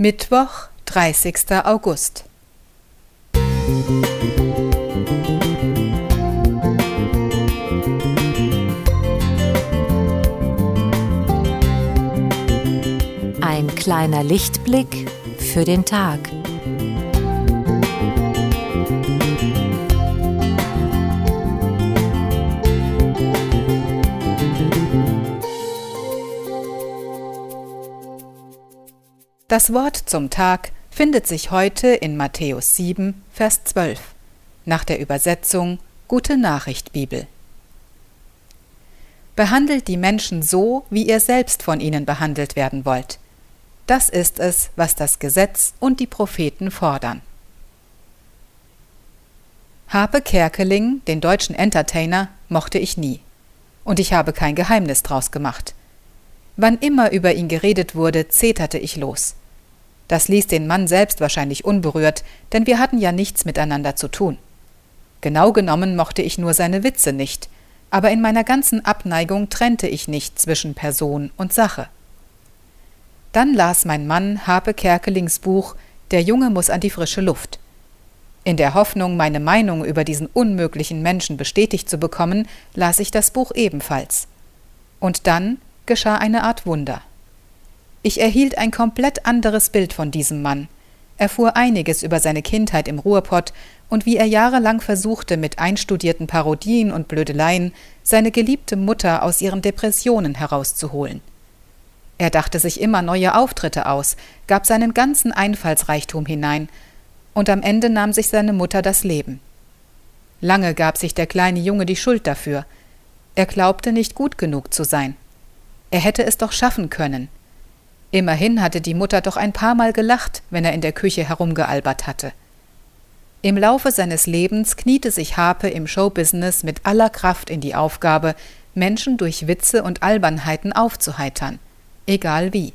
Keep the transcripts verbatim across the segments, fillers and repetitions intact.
Mittwoch, dreißigster August. Ein kleiner Lichtblick für den Tag. Das Wort zum Tag findet sich heute in Matthäus sieben, Vers zwölf, nach der Übersetzung Gute Nachricht Bibel. Behandelt die Menschen so, wie ihr selbst von ihnen behandelt werden wollt. Das ist es, was das Gesetz und die Propheten fordern. Harpe Kerkeling, den deutschen Entertainer, mochte ich nie. Und ich habe kein Geheimnis draus gemacht. Wann immer über ihn geredet wurde, zeterte ich los. Das ließ den Mann selbst wahrscheinlich unberührt, denn wir hatten ja nichts miteinander zu tun. Genau genommen mochte ich nur seine Witze nicht, aber in meiner ganzen Abneigung trennte ich nicht zwischen Person und Sache. Dann las mein Mann Harpe Kerkelings Buch »Der Junge muss an die frische Luft«. In der Hoffnung, meine Meinung über diesen unmöglichen Menschen bestätigt zu bekommen, las ich das Buch ebenfalls. Und dann geschah eine Art Wunder. Ich erhielt ein komplett anderes Bild von diesem Mann, erfuhr einiges über seine Kindheit im Ruhrpott und wie er jahrelang versuchte, mit einstudierten Parodien und Blödeleien seine geliebte Mutter aus ihren Depressionen herauszuholen. Er dachte sich immer neue Auftritte aus, gab seinen ganzen Einfallsreichtum hinein, und am Ende nahm sich seine Mutter das Leben. Lange gab sich der kleine Junge die Schuld dafür. Er glaubte, nicht gut genug zu sein. Er hätte es doch schaffen können. Immerhin hatte die Mutter doch ein paar Mal gelacht, wenn er in der Küche herumgealbert hatte. Im Laufe seines Lebens kniete sich Harpe im Showbusiness mit aller Kraft in die Aufgabe, Menschen durch Witze und Albernheiten aufzuheitern, egal wie.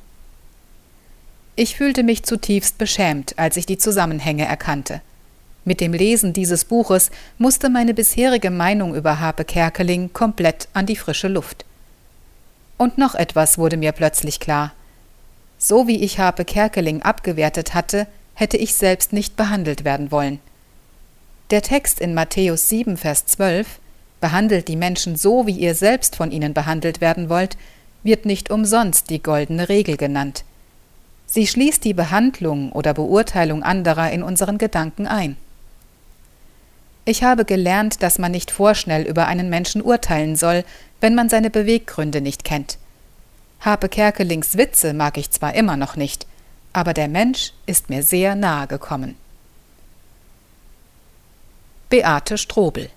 Ich fühlte mich zutiefst beschämt, als ich die Zusammenhänge erkannte. Mit dem Lesen dieses Buches musste meine bisherige Meinung über Harpe Kerkeling komplett an die frische Luft. Und noch etwas wurde mir plötzlich klar. So wie ich Harpe Kerkeling abgewertet hatte, hätte ich selbst nicht behandelt werden wollen. Der Text in Matthäus sieben, Vers zwölf, behandelt die Menschen so, wie ihr selbst von ihnen behandelt werden wollt, wird nicht umsonst die goldene Regel genannt. Sie schließt die Behandlung oder Beurteilung anderer in unseren Gedanken ein. Ich habe gelernt, dass man nicht vorschnell über einen Menschen urteilen soll, wenn man seine Beweggründe nicht kennt. Harpe Kerkelings Witze mag ich zwar immer noch nicht, aber der Mensch ist mir sehr nahe gekommen. Beate Strobel.